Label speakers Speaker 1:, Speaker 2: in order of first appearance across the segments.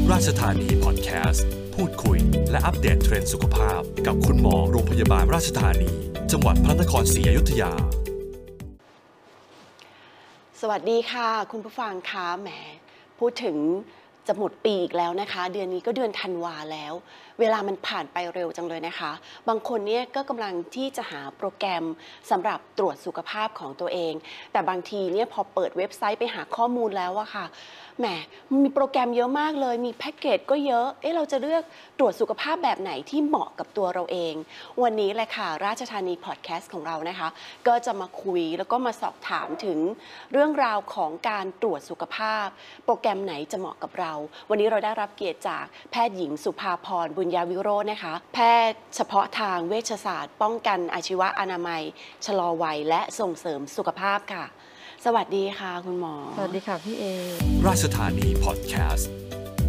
Speaker 1: ราชธานีพอดแคสต์พูดคุยและอัปเดตเทรนด์สุขภาพกับคุณหมอโรงพยาบาลราชธานีจังหวัดพระนครศรีอยุธยา
Speaker 2: สวัสดีค่ะคุณผู้ฟังคะแหมพูดถึงจะหมดปีอีกแล้วนะคะเดือนนี้ก็เดือนธันวาแล้วเวลามันผ่านไปเร็วจังเลยนะคะบางคนเนี่ยก็กำลังที่จะหาโปรแกรมสำหรับตรวจสุขภาพของตัวเองแต่บางทีเนี่ยพอเปิดเว็บไซต์ไปหาข้อมูลแล้วอะค่ะแหมมีโปรแกรมเยอะมากเลยมีแพ็กเกจก็เยอะเราจะเลือกตรวจสุขภาพแบบไหนที่เหมาะกับตัวเราเองวันนี้แหละค่ะราชธานีพอดแคสต์ของเรานะคะก็จะมาคุยแล้วก็มาสอบถามถึงเรื่องราวของการตรวจสุขภาพโปรแกรมไหนจะเหมาะกับเราวันนี้เราได้รับเกียรติจากแพทย์หญิงสุภาพรบุญญาวิโรจน์นะคะแพทย์เฉพาะทางเวชศาสตร์ป้องกันอาชีวะอนามัยชะลอวัยและส่งเสริมสุขภาพค่ะสวัสดีค่ะคุณหมอ
Speaker 3: สวัสดีค่ะพี่เอ
Speaker 1: ราชธานีพอดแคสต์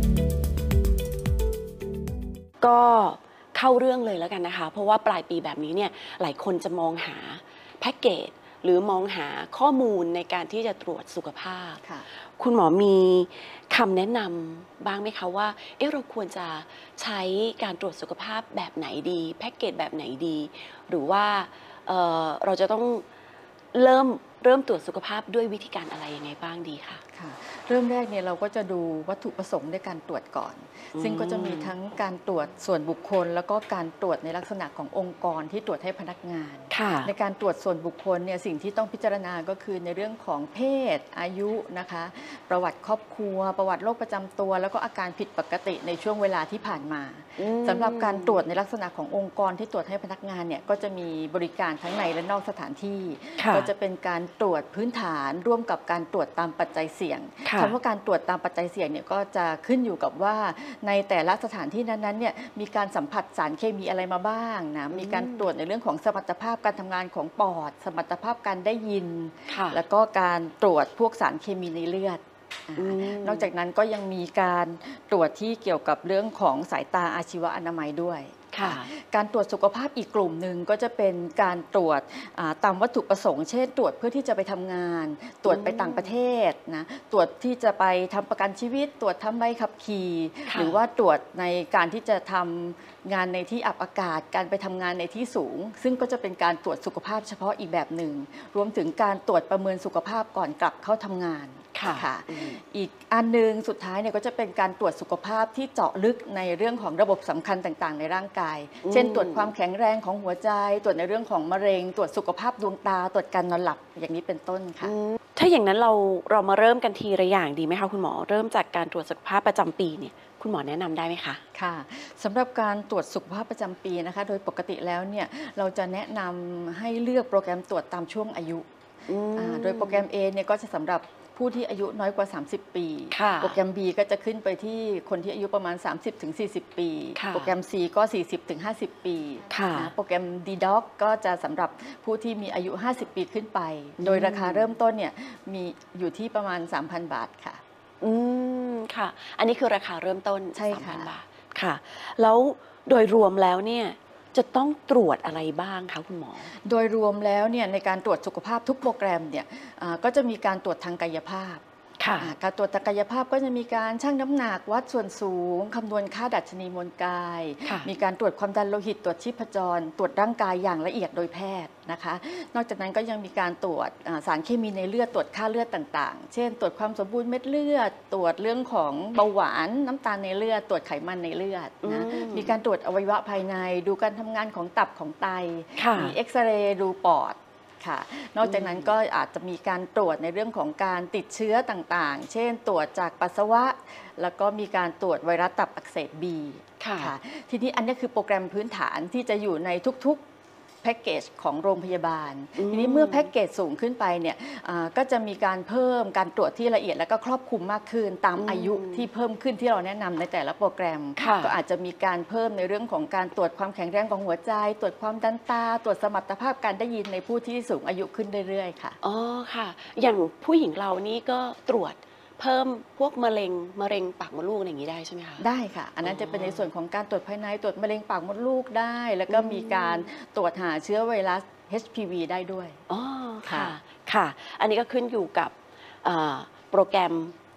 Speaker 2: ก็เข้าเรื่องเลยแล้วกันนะคะเพราะว่าปลายปีแบบนี้เนี่ยหลายคนจะมองหาแพ็กเกจหรือมองหาข้อมูลในการที่จะตรวจสุขภาพคุณหมอมีคำแนะนำบ้างไหมคะว่าเราควรจะใช้การตรวจสุขภาพแบบไหนดีแพ็กเกจแบบไหนดีหรือว่าเราจะต้องเริ่มตรวจสุขภาพด้วยวิธีการอะไรยังไงบ้างดีคะ
Speaker 3: เริ่มแรกเนี่ยเราก็จะดูวัตถุประสงค์ในการตรวจก่อนซึ่งก็จะมีทั้งการตรวจส่วนบุคคลแล้วก็การตรวจในลักษณะขององค์กรที่ตรวจให้พนักงานในการตรวจส่วนบุคคลเนี่ยสิ่งที่ต้องพิจารณาก็คือในเรื่องของเพศอายุนะคะประวัติครอบครัวประวัติโรคประจำตัวแล้วก็อาการผิดปกติในช่วงเวลาที่ผ่านมาสำหรับการตรวจในลักษณะขององค์กรที่ตรวจให้พนักงานเนี่ยก็จะมีบริการทั้งในและนอกสถานที่ก็จะเป็นการตรวจพื้นฐานร่วมกับการตรวจตามปัจจัยเสี่ยงคำว่าการตรวจตามปัจจัยเสี่ยงเนี่ยก็จะขึ้นอยู่กับว่าในแต่ละสถานที่นั้นๆเนี่ยมีการสัมผัสสารเคมีอะไรมาบ้างนะมีการตรวจในเรื่องของสมรรถภาพการทำงานของปอดสมรรถภาพการได้ยินแล้วก็การตรวจพวกสารเคมีในเลือดนอกจากนั้นก็ยังมีการตรวจที่เกี่ยวกับเรื่องของสายตาอาชีวะอนามัยด้วยการตรวจสุขภาพอีกกลุ่มหนึ่งก็จะเป็นการตรวจตามวัตถุประสงค์เช่นตรวจเพื่อที่จะไปทำงานตรวจไปต่างประเทศนะตรวจที่จะไปทำประกันชีวิตตรวจทำใบขับขี่หรือว่าตรวจในการที่จะทำงานในที่อับอากาศการไปทำงานในที่สูงซึ่งก็จะเป็นการตรวจสุขภาพเฉพาะอีกแบบหนึ่งรวมถึงการตรวจประเมินสุขภาพก่อนกลับเข้าทำงานค่ะอีกอันนึงสุดท้ายเนี่ยก็จะเป็นการตรวจสุขภาพที่เจาะลึกในเรื่องของระบบสำคัญต่างๆในร่างกายเช่นตรวจความแข็งแรงของหัวใจตรวจในเรื่องของมะเร็งตรวจสุขภาพดวงตาตรวจการนอนหลับอย่างนี้เป็นต้นค่ะ
Speaker 2: ถ้าอย่างนั้นเรามาเริ่มกันทีละอย่างดีไหมคะคุณหมอเริ่มจากการตรวจสุขภาพประจำปีเนี่ยคุณหมอแนะนำได้ไหมคะ
Speaker 3: ค่ะสำหรับการตรวจสุขภาพประจำปีนะคะโดยปกติแล้วเนี่ยเราจะแนะนำให้เลือกโปรแกรมตรวจตามช่วงอายุโดยโปรแกรม A เนี่ยก็จะสำหรับผู้ที่อายุน้อยกว่า30ปีโปรแกรม B ก็จะขึ้นไปที่คนที่อายุประมาณ 30-40 ปีโปรแกรม C ก็ 40-50 ปีโปรแกรม D-Doc ก็จะสำหรับผู้ที่มีอายุ50ปีขึ้นไปโดยราคาเริ่มต้นเนี่ยมีอยู่ที่ประมาณ 3,000 บาทค่ะ
Speaker 2: ค่ะอันนี้คือราคาเริ่มต้น 3,000 บาทค่ะแล้วโดยรวมแล้วเนี่ยจะต้องตรวจอะไรบ้างคะคุณหมอ
Speaker 3: โดยรวมแล้วเนี่ยในการตรวจสุขภาพทุกโปรแกรมเนี่ยก็จะมีการตรวจทางกายภาพการตรวจทางกายภาพก็จะมีการชั่งน้ำหนักวัดส่วนสูงคำนวณค่าดัชนีมวลกายมีการตรวจความดันโลหิตตรวจชีพจรตรวจร่างกายอย่างละเอียดโดยแพทย์นะคะนอกจากนั้นก็ยังมีการตรวจสารเคมีในเลือดตรวจค่าเลือดต่างๆเช่นตรวจความสมบูรณ์เม็ดเลือดตรวจเรื่องของเบาหวานน้ำตาลในเลือดตรวจไขมันในเลือดนะมีการตรวจอวัยวะภายในดูการทำงานของตับของไตมีเอ็กซเรย์ดูปอดนอกจากนั้นก็อาจจะมีการตรวจในเรื่องของการติดเชื้อต่างๆเช่นตรวจจากปัสสาวะแล้วก็มีการตรวจไวรัสตับอักเสบ B ทีนี้อันนี้คือโปรแกรมพื้นฐานที่จะอยู่ในทุกแพ็กเกจของโรงพยาบาลทีนี้เมื่อแพ็กเกจสูงขึ้นไปเนี่ยก็จะมีการเพิ่มการตรวจที่ละเอียดและก็ครอบคลุมมากขึ้นตามอายุที่เพิ่มขึ้นที่เราแนะนำในแต่ละโปรแกรมก็อาจจะมีการเพิ่มในเรื่องของการตรวจความแข็งแรงของหัวใจตรวจความดันตาตรวจสมรรถภาพการได้ยินในผู้ที่สูงอายุขึ้นเรื่อยๆค่ะ
Speaker 2: อ๋อค่ะอย่างผู้หญิงเรานี่ก็ตรวจเพิ่มพวกมะเร็งปากมดลูกอย่างนี้ได้ใช่ไหมคะ
Speaker 3: ได้ค่ะอันนั้นจะเป็นในส่วนของการตรวจภายในตรวจมะเร็งปากมดลูกได้แล้วก็มีการตรวจหาเชื้อไวรัส HPV ได้ด้วย
Speaker 2: อ๋อค่ะอันนี้ก็ขึ้นอยู่กับโปรแกรม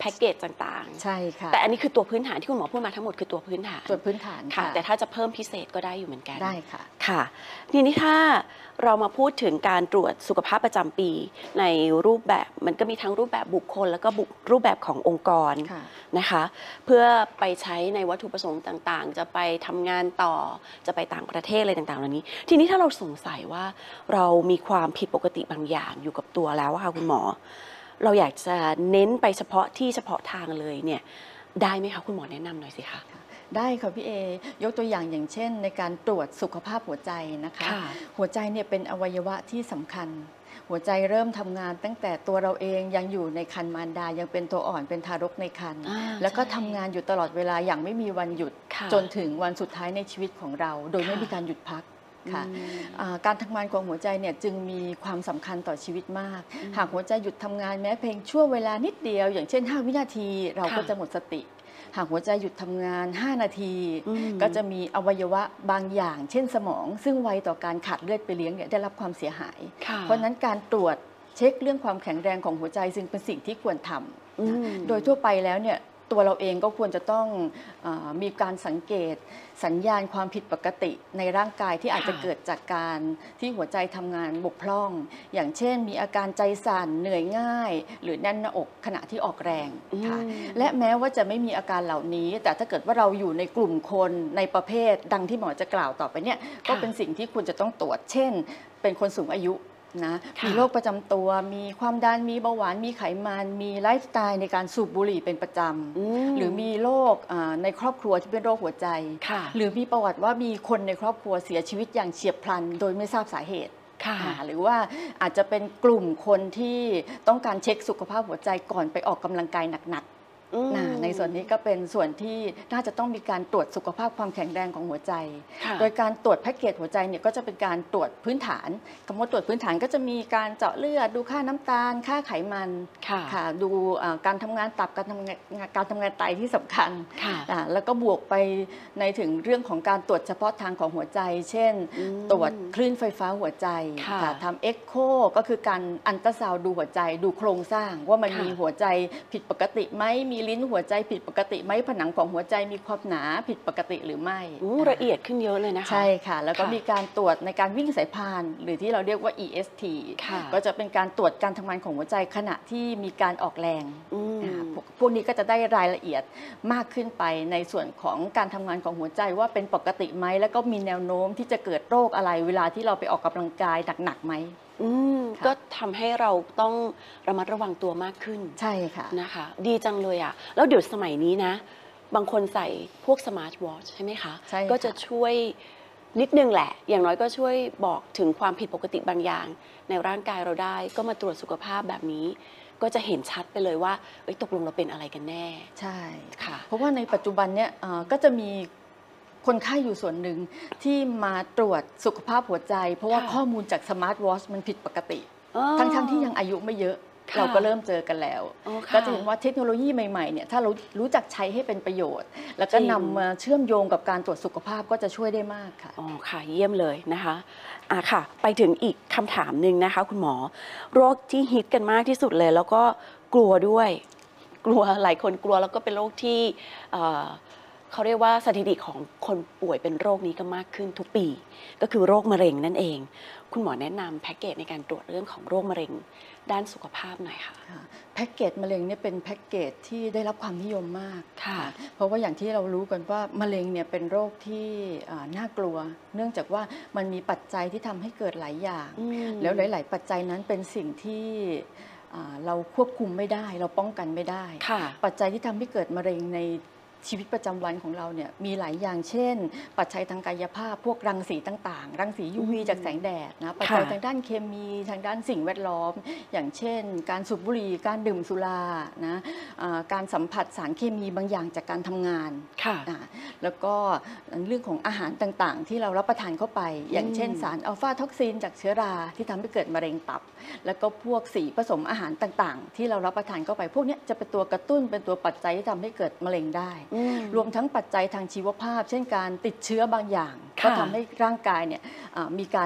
Speaker 2: แพ็กเกจต่างๆ
Speaker 3: ใช่ค่ะ
Speaker 2: แต่อันนี้คือตัวพื้นฐานที่คุณหมอพูดมาทั้งหมดคือตัวพื้นฐาน
Speaker 3: ตัวพื้นฐาน
Speaker 2: ค่ะแต่ถ้าจะเพิ่มพิเศษก็ได้อยู่เหมือนกัน
Speaker 3: ได้ค่ะ
Speaker 2: ค่ะทีนี้ถ้าเรามาพูดถึงการตรวจสุขภาพประจำปีในรูปแบบมันก็มีทั้งรูปแบบบุคคลแล้วก็รูปแบบขององค์กรนะคะเพื่อไปใช้ในวัตถุประสงค์ต่างๆจะไปทำงานต่อจะไปต่างประเทศอะไรต่างๆเหล่านี้ทีนี้ถ้าเราสงสัยว่าเรามีความผิดปกติบางอย่างอยู่กับตัวแล้วค่ะคุณหมอเราอยากจะเน้นไปเฉพาะที่เฉพาะทางเลยเนี่ยได้ไหมคะคุณหมอแนะนำหน่อยสิคะ
Speaker 3: ได้ค่ะพี่เอยกตัวอย่างเช่นในการตรวจสุขภาพหัวใจนะคะหัวใจเนี่ยเป็นอวัยวะที่สำคัญหัวใจเริ่มทำงานตั้งแต่ตัวเราเองยังอยู่ในครรภ์มารดายังเป็นตัวอ่อนเป็นทารกในครรภ์แล้วก็ทำงานอยู่ตลอดเวลาอย่างไม่มีวันหยุดจนถึงวันสุดท้ายในชีวิตของเราโดยไม่มีการหยุดพักค่ะการทำงานของหัวใจเนี่ยจึงมีความสำคัญต่อชีวิตมากหากหัวใจหยุดทำงานแม้เพียงช่วงเวลานิดเดียวอย่างเช่น5 วินาทีเราก็จะหมดสติหากหัวใจหยุดทำงาน5 นาทีก็จะมีอวัยวะบางอย่างเช่นสมองซึ่งไวต่อการขาดเลือดไปเลี้ยงเนี่ยได้รับความเสียหายเพราะนั้นการตรวจเช็คเรื่องความแข็งแรงของหัวใจจึงเป็นสิ่งที่ควรทำโดยทั่วไปแล้วเนี่ยตัวเราเองก็ควรจะต้องมีการสังเกตสัญญาณความผิดปกติในร่างกายที่อาจจะเกิดจากการที่หัวใจทำงานบกพร่องอย่างเช่นมีอาการใจสั่นเหนื่อยง่ายหรือแน่นหน้าอกขณะที่ออกแรงค่ะและแม้ว่าจะไม่มีอาการเหล่านี้แต่ถ้าเกิดว่าเราอยู่ในกลุ่มคนในประเภทดังที่หมอจะกล่าวต่อไปเนี่ยก็เป็นสิ่งที่ควรจะต้องตรวจเช่นเป็นคนสูงอายุนะมีโรคประจำตัวมีความดันมีเบาหวานมีไขมันมีไลฟ์สไตล์ในการสูบบุหรี่เป็นประจำหรือมีโรคในครอบครัวที่เป็นโรคหัวใจหรือมีประวัติว่ามีคนในครอบครัวเสียชีวิตอย่างเฉียบพลันโดยไม่ทราบสาเหตุหรือว่าอาจจะเป็นกลุ่มคนที่ต้องการเช็คสุขภาพหัวใจก่อนไปออกกำลังกายหนักในส่วนนี้ก็เป็นส่วนที่น่าจะต้องมีการตรวจสุขภาพความแข็งแรงของหัวใจโดยการตรวจแพ็กเกจหัวใจเนี่ยก็จะเป็นการตรวจพื้นฐานคำว่าตรวจพื้นฐานก็จะมีการเจาะเลือดดูค่าน้ำตาลค่าไขมันค่ะดูการทำงานตับการทำงานไตที่สำคัญแล้วก็บวกไปในถึงเรื่องของการตรวจเฉพาะทางของหัวใจเช่นตรวจคลื่นไฟฟ้าหัวใจทำเอ็กโคก็คือการอัลตราซาวด์ดูหัวใจดูโครงสร้างว่ามันมีหัวใจผิดปกติไหมมีลิ้นหัวใจผิดปกติไหมผนังของหัวใจมีความหนาผิดปกติหรือไม่
Speaker 2: ละเอียดขึ้นเยอะเลยนะคะ
Speaker 3: ใช่ค่ะแล้วก็มีการตรวจในการวิ่งสายพานหรือที่เราเรียกว่า EST ก็จะเป็นการตรวจการทำงานของหัวใจขณะที่มีการออกแรงพวกนี้ก็จะได้รายละเอียดมากขึ้นไปในส่วนของการทำงานของหัวใจว่าเป็นปกติไหมแล้วก็มีแนวโน้มที่จะเกิดโรคอะไรเวลาที่เราไปออกกำลังกายหนักๆไหม
Speaker 2: ก็ทำให้เราต้องระมัดระวังตัวมากขึ้น
Speaker 3: ใช่ค่ะ
Speaker 2: นะคะดีจังเลยอ่ะแล้วเดี๋ยวสมัยนี้นะบางคนใส่พวกสมาร์ทวอทช์ใช่ไหมคะก็จะช่วยนิดนึงแหละอย่างน้อยก็ช่วยบอกถึงความผิดปกติบางอย่างในร่างกายเราได้ก็มาตรวจสุขภาพแบบนี้ก็จะเห็นชัดไปเลยว่าตกลงเราเป็นอะไรกันแน่
Speaker 3: ใช่ค่ะเพราะว่าในปัจจุบันเนี่ยก็จะมีคนไข้อยู่ส่วนหนึ่งที่มาตรวจสุขภาพหัวใจเพราะว่าข้อมูลจากสมาร์ทวอทช์มันผิดปกติทั้งที่ยังอายุไม่เยอะเราก็เริ่มเจอกันแล้วก็จะเห็นว่าเทคโนโลยีใหม่ๆเนี่ยถ้าเรารู้จักใช้ให้เป็นประโยชน์แล้วก็นำมาเชื่อมโยงกับการตรวจสุขภาพก็จะช่วยได้มากค่ะ
Speaker 2: อ๋อค่ะเยี่ยมเลยนะคะค่ะไปถึงอีกคำถามหนึ่งนะคะคุณหมอโรคที่ฮิตกันมากที่สุดเลยแล้วก็กลัวด้วยกลัวหลายคนกลัวแล้วก็เป็นโรคที่เขาเรียกว่าสถิติของคนป่วยเป็นโรคนี้ก็มากขึ้นทุกปีก็คือโรคมะเร็งนั่นเองคุณหมอแนะนำแพ็กเกจในการตรวจเรื่องของโรคมะเร็งด้านสุขภาพหน่อยค่ะ
Speaker 3: แพ็กเกจมะเร็งเนี่ยเป็นแพ็กเกจที่ได้รับความนิยมมากค่ะเพราะว่าอย่างที่เรารู้กันว่ามะเร็งเนี่ยเป็นโรคที่น่ากลัวเนื่องจากว่ามันมีปัจจัยที่ทำให้เกิดหลายอย่างแล้วหลายๆปัจจัยนั้นเป็นสิ่งที่เราควบคุมไม่ได้เราป้องกันไม่ได้ปัจจัยที่ทำให้เกิดมะเร็งในชีวิตประจำวันของเราเนี่ยมีหลายอย่างเช่นปัจจัยทางกายภาพพวกรังสีต่างๆรังสี UV จากแสงแดดนะปัจจัยทางด้านเคมีทางด้านสิ่งแวดล้อมอย่างเช่นการสูบบุหรี่การดื่มสุรานะการสัมผัสสารเคมีบางอย่างจากการทำงานแล้วก็เรื่องของอาหารต่างๆที่เรารับประทานเข้าไปอย่างเช่นสารอัลฟาท็อกซินจากเชื้อราที่ทำให้เกิดมะเร็งตับแล้วก็พวกสีผสมอาหารต่างๆที่เรารับประทานเข้าไปพวกนี้จะเป็นตัวกระตุ้นเป็นตัวปัจจัยที่ทำให้เกิดมะเร็งได้รวมทั้งปัจจัยทางชีวภาพเช่นการติดเชื้อบางอย่างก็ทำให้ร่างกายเนี่ยมีการ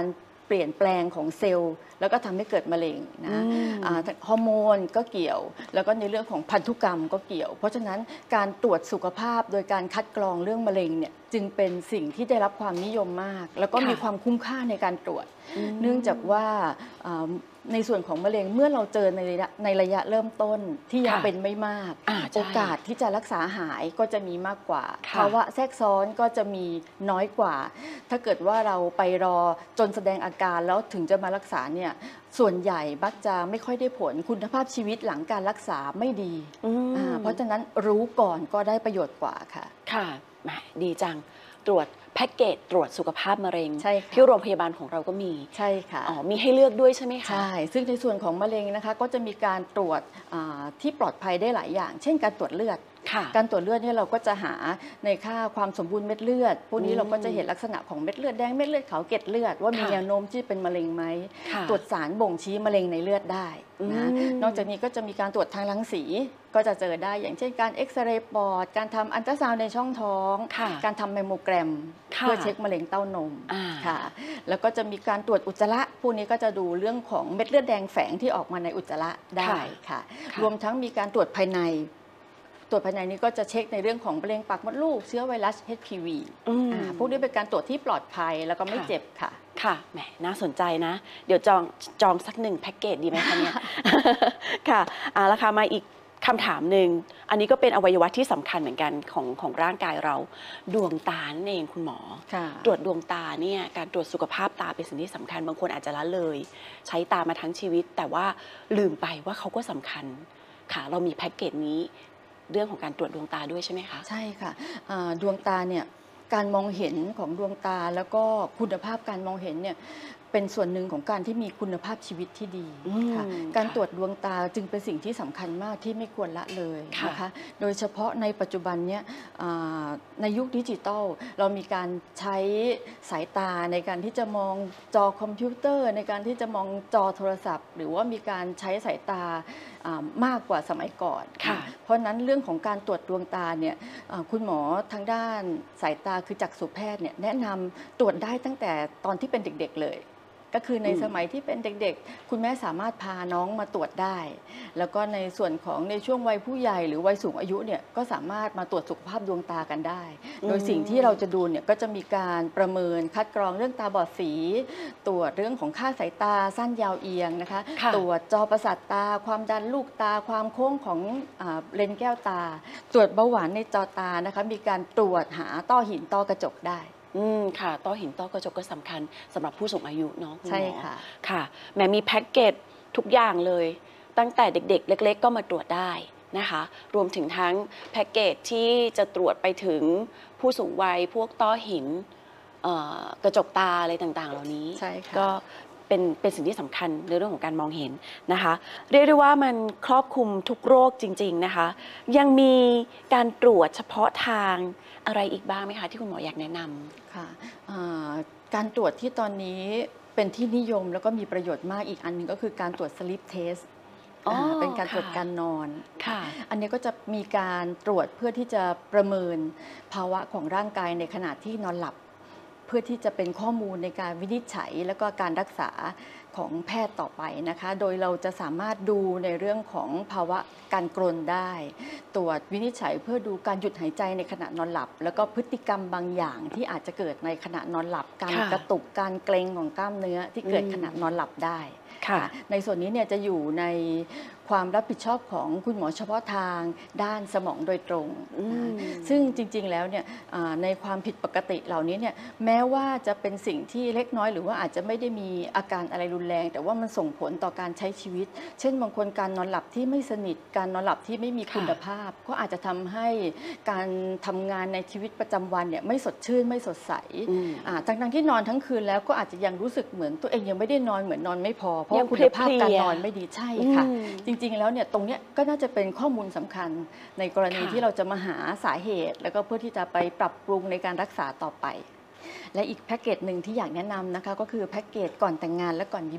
Speaker 3: เปลี่ยนแปลงของเซลล์แล้วก็ทำให้เกิดมะเร็งนะฮอร์โมนก็เกี่ยวแล้วก็ในเรื่องของพันธุกรรมก็เกี่ยวเพราะฉะนั้นการตรวจสุขภาพโดยการคัดกรองเรื่องมะเร็งเนี่ยจึงเป็นสิ่งที่ได้รับความนิยมมากแล้วก็มีความคุ้มค่าในการตรวจเนื่องจากว่าในส่วนของมะเร็งเมื่อเราเจอในระยะเริ่มต้นที่ยังเป็นไม่มากโอกาสที่จะรักษาหายก็จะมีมากกว่าภาวะแทรกซ้อนก็จะมีน้อยกว่าถ้าเกิดว่าเราไปรอจนแสดงอาการแล้วถึงจะมารักษาเนี่ยส่วนใหญ่มักจะไม่ค่อยได้ผลคุณภาพชีวิตหลังการรักษาไม่ดีเพราะฉะนั้นรู้ก่อนก็ได้ประโยชน์กว่าค่ะ
Speaker 2: ค่ะดีจังตรวจแพ็กเกจตรวจสุขภาพมะเร็ง
Speaker 3: ใช่
Speaker 2: ที่โรงพยาบาลของเราก็มี
Speaker 3: ใช่ค่ะ
Speaker 2: มีให้เลือกด้วยใช่ไหมคะ
Speaker 3: ใช่ซึ่งในส่วนของมะเร็งนะคะก็จะมีการตรวจที่ปลอดภัยได้หลายอย่างเช่นการตรวจเลือดการตรวจเลือดเนี่ยเราก็จะหาในค่าความสมบูรณ์เม็ดเลือดพวกนี้เราก็จะเห็นลักษณะของเม็ดเลือดแดงเม็ดเลือดขาวเกล็ดเลือดว่ามีแนวโน้มที่เป็นมะเร็งไหมตรวจสารบ่งชี้มะเร็งในเลือดได้นะนอกจากนี้ก็จะมีการตรวจทางรังสีก็จะเจอได้อย่างเช่นการเอ็กซเรย์ปอดการทำอัลตราซาวน์ในช่องท้องการทำแมมโมแกรมเพื่อเช็คมะเร็งเต้านมค่ะแล้วก็จะมีการตรวจอุจจาระพวกนี้ก็จะดูเรื่องของเม็ดเลือดแดงแฝงที่ออกมาในอุจจาระได้ค่ะรวมทั้งมีการตรวจภายในนี้ก็จะเช็คในเรื่องของมะเร็งปากมดลูกเชื้อไวรัส HPV พวกนี้เป็นการตรวจที่ปลอดภัยแล้วก็ไม่เจ็บค่ะ
Speaker 2: ค่ะแหมน่าสนใจนะเดี๋ยวจองสัก1แพ็กเกจดีไหมคะเนี่ย ค่ะราคามาอีกคำถามหนึ่งอันนี้ก็เป็นอวัยวะที่สำคัญเหมือนกันของร่างกายเราดวงตานั่นเองคุณหมอตรวจดวงตาเนี่ยการตรวจสุขภาพตาเป็นสิ่งที่สำคัญบางคนอาจจะละเลยใช้ตามาทั้งชีวิตแต่ว่าลืมไปว่าเขาก็สำคัญค่ะเรามีแพ็กเกจนี้เรื่องของการตรวจดวงตาด้วยใช่ไหมคะ
Speaker 3: ใช่ค่ะดวงตาเนี่ยการมองเห็นของดวงตาแล้วก็คุณภาพการมองเห็นเนี่ยเป็นส่วนหนึ่งของการที่มีคุณภาพชีวิตที่ดีค่ะการตรวจดวงตาจึงเป็นสิ่งที่สำคัญมากที่ไม่ควรละเลยนะคะโดยเฉพาะในปัจจุบันเนี้ยในยุคดิจิทัลเรามีการใช้สายตาในการที่จะมองจอคอมพิวเตอร์ในการที่จะมองจอโทรศัพท์ หรือว่ามีการใช้สายตามากกว่าสมัยก่อนเพราะนั้นเรื่องของการตรวจดวงตาเนี่ยคุณหมอทางด้านสายตาคือจักษุแพทย์เนี่ยแนะนำตรวจได้ตั้งแต่ตอนที่เป็นเด็กๆเลยก็คือในสมัยที่เป็นเด็กๆคุณแม่สามารถพาน้องมาตรวจได้แล้วก็ในส่วนของในช่วงวัยผู้ใหญ่หรือวัยสูงอายุเนี่ยก็สามารถมาตรวจสุขภาพดวงตากันได้โดยสิ่งที่เราจะดูเนี่ยก็จะมีการประเมินคัดกรองเรื่องตาบอดสีตรวจเรื่องของค่าสายตาสั้นยาวเอียงนะคะตรวจจอประสาทตาความดันลูกตาความโค้งของเลนส์แก้วตาตรวจเบาหวานในจอตานะคะมีการตรวจหาต้อหินต้อกระจกได้
Speaker 2: ค่ะต้อหินต้อกระจกก็สำคัญสำหรับผู้สูงอายุเนาะ
Speaker 3: ใช่ค่ะ
Speaker 2: ค่ะแม้มีแพ็กเกจทุกอย่างเลยตั้งแต่เด็กๆเล็กๆก็มาตรวจได้นะคะรวมถึงทั้งแพ็กเกจที่จะตรวจไปถึงผู้สูงวัยพวกต้อหินกระจกตาอะไรต่างๆเหล่านี้ก็เป็นสิ่งที่สำคัญในเรื่องของการมองเห็นนะคะเรียกได้ว่ามันครอบคลุมทุกโรคจริงๆนะคะยังมีการตรวจเฉพาะทางอะไรอีกบ้างไหมคะที่คุณหมออยากแนะนำ
Speaker 3: ค่ะการตรวจที่ตอนนี้เป็นที่นิยมแล้วก็มีประโยชน์มากอีกอันหนึ่งก็คือการตรวจ sleep test เป็นการตรวจการนอนอันนี้ก็จะมีการตรวจเพื่อที่จะประเมินภาวะของร่างกายในขณะที่นอนหลับเพื่อที่จะเป็นข้อมูลในการวินิจฉัยและก็การรักษาของแพทย์ต่อไปนะคะโดยเราจะสามารถดูในเรื่องของภาวะการกรนได้ตรวจวินิจฉัยเพื่อดูการหยุดหายใจในขณะนอนหลับแล้วก็พฤติกรรมบางอย่างที่อาจจะเกิดในขณะนอนหลับการกระตุกการเกร็งของกล้ามเนื้อที่เกิดขณะนอนหลับได้ในส่วนนี้เนี่ยจะอยู่ในความรับผิดชอบของคุณหมอเฉพาะทางด้านสมองโดยตรงซึ่งจริงๆแล้วเนี่ยในความผิดปกติเหล่านี้เนี่ยแม้ว่าจะเป็นสิ่งที่เล็กน้อยหรือว่าอาจจะไม่ได้มีอาการอะไรรุนแรงแต่ว่ามันส่งผลต่อการใช้ชีวิตเช่นบางคนการนอนหลับที่ไม่สนิทการนอนหลับที่ไม่มีคุณภาพก็อาจจะทำให้การทำงานในชีวิตประจำวันเนี่ยไม่สดชื่นไม่สดใสทั้งที่นอนทั้งคืนแล้วก็อาจจะยังรู้สึกเหมือนตัวเองยังไม่ได้นอนเหมือนนอนไม่พอเพราะคุณภาพการนอนไม่ดีใช่ค่ะจริงๆแล้วเนี่ยตรงนี้ก็น่าจะเป็นข้อมูลสำคัญในกรณีที่เราจะมาหาสาเหตุแล้วก็เพื่อที่จะไปปรับปรุงในการรักษาต่อไปและอีกแพ็กเกจหนึ่งที่อยากแนะนำนะคะก็คือแพ็กเกจก่อนแต่งงานและก่อนมีบุตร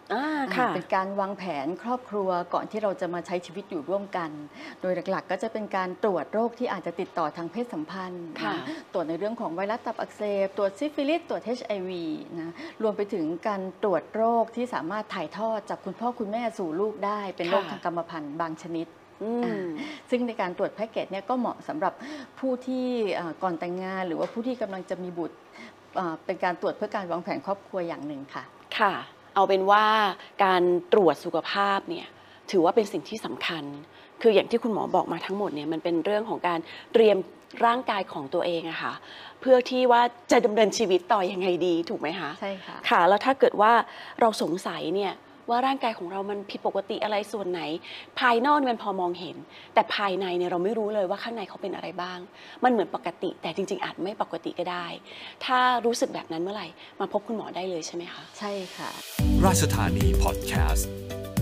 Speaker 3: เป็นการวางแผนครอบครัวก่อนที่เราจะมาใช้ชีวิตอยู่ร่วมกัน โดยหลักๆก็จะเป็นการตรวจโรคที่อาจจะติดต่อทางเพศสัมพันธ์ตรวจในเรื่องของไวรัสตับอักเสบตรวจซิฟิลิสตรวจ HIV นะรวมไปถึงการตรวจโรคที่สามารถถ่ายทอดจากคุณพ่อคุณแม่สู่ลูกได้เป็นโรคทางกรรมพันธุ์บางชนิดซึ่งในการตรวจแพ็กเกจเนี่ยก็เหมาะสำหรับผู้ที่ก่อนแต่งงานหรือว่าผู้ที่กำลังจะมีบุตรเป็นการตรวจเพื่อการวางแผนครอบครัวอย่างหนึ่งค่ะ
Speaker 2: ค่ะเอาเป็นว่าการตรวจสุขภาพเนี่ยถือว่าเป็นสิ่งที่สำคัญคืออย่างที่คุณหมอบอกมาทั้งหมดเนี่ยมันเป็นเรื่องของการเตรียมร่างกายของตัวเองอะค่ะเพื่อที่ว่าจะดำเนินชีวิตต่อยังไงดีถูกไหมคะ
Speaker 3: ใช่ค่ะ
Speaker 2: ค่ะแล้วถ้าเกิดว่าเราสงสัยเนี่ยว่าร่างกายของเรามันผิดปกติอะไรส่วนไหนภายนอกมันพอมองเห็นแต่ภายในเนี่ยเราไม่รู้เลยว่าข้างในเขาเป็นอะไรบ้างมันเหมือนปกติแต่จริงๆอาจไม่ปกติก็ได้ถ้ารู้สึกแบบนั้นเมื่อไหร่มาพบคุณหมอได้เลยใช่ไหมคะ
Speaker 3: ใช่ค่ะ
Speaker 1: ราชธานีพอดแคสต์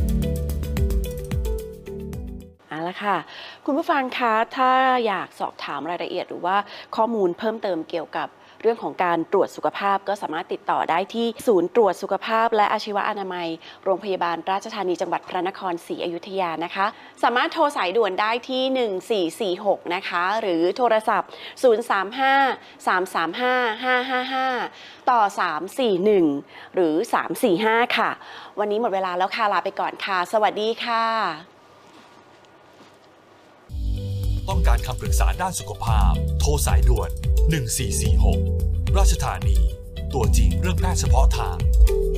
Speaker 2: เอาละค่ะคุณผู้ฟังคะถ้าอยากสอบถามรายละเอียดหรือว่าข้อมูลเพิ่มเติมเกี่ยวกับเรื่องของการตรวจสุขภาพก็สามารถติดต่อได้ที่ศูนย์ตรวจสุขภาพและอาชีวอนามัยโรงพยาบาลราชธานีจังหวัดพระนครศรีอยุธยานะคะสามารถโทรสายด่วนได้ที่1446นะคะหรือโทรศัพท์035-335-555ต่อ341หรือ345ค่ะวันนี้หมดเวลาแล้วค่ะลาไปก่อนค่ะสวัสดีค่ะ
Speaker 1: ต้องการคำปรึกษาด้านสุขภาพโทรสายด่วน1446ราชธานีตัวจริงเรื่องแพทย์เฉพาะทาง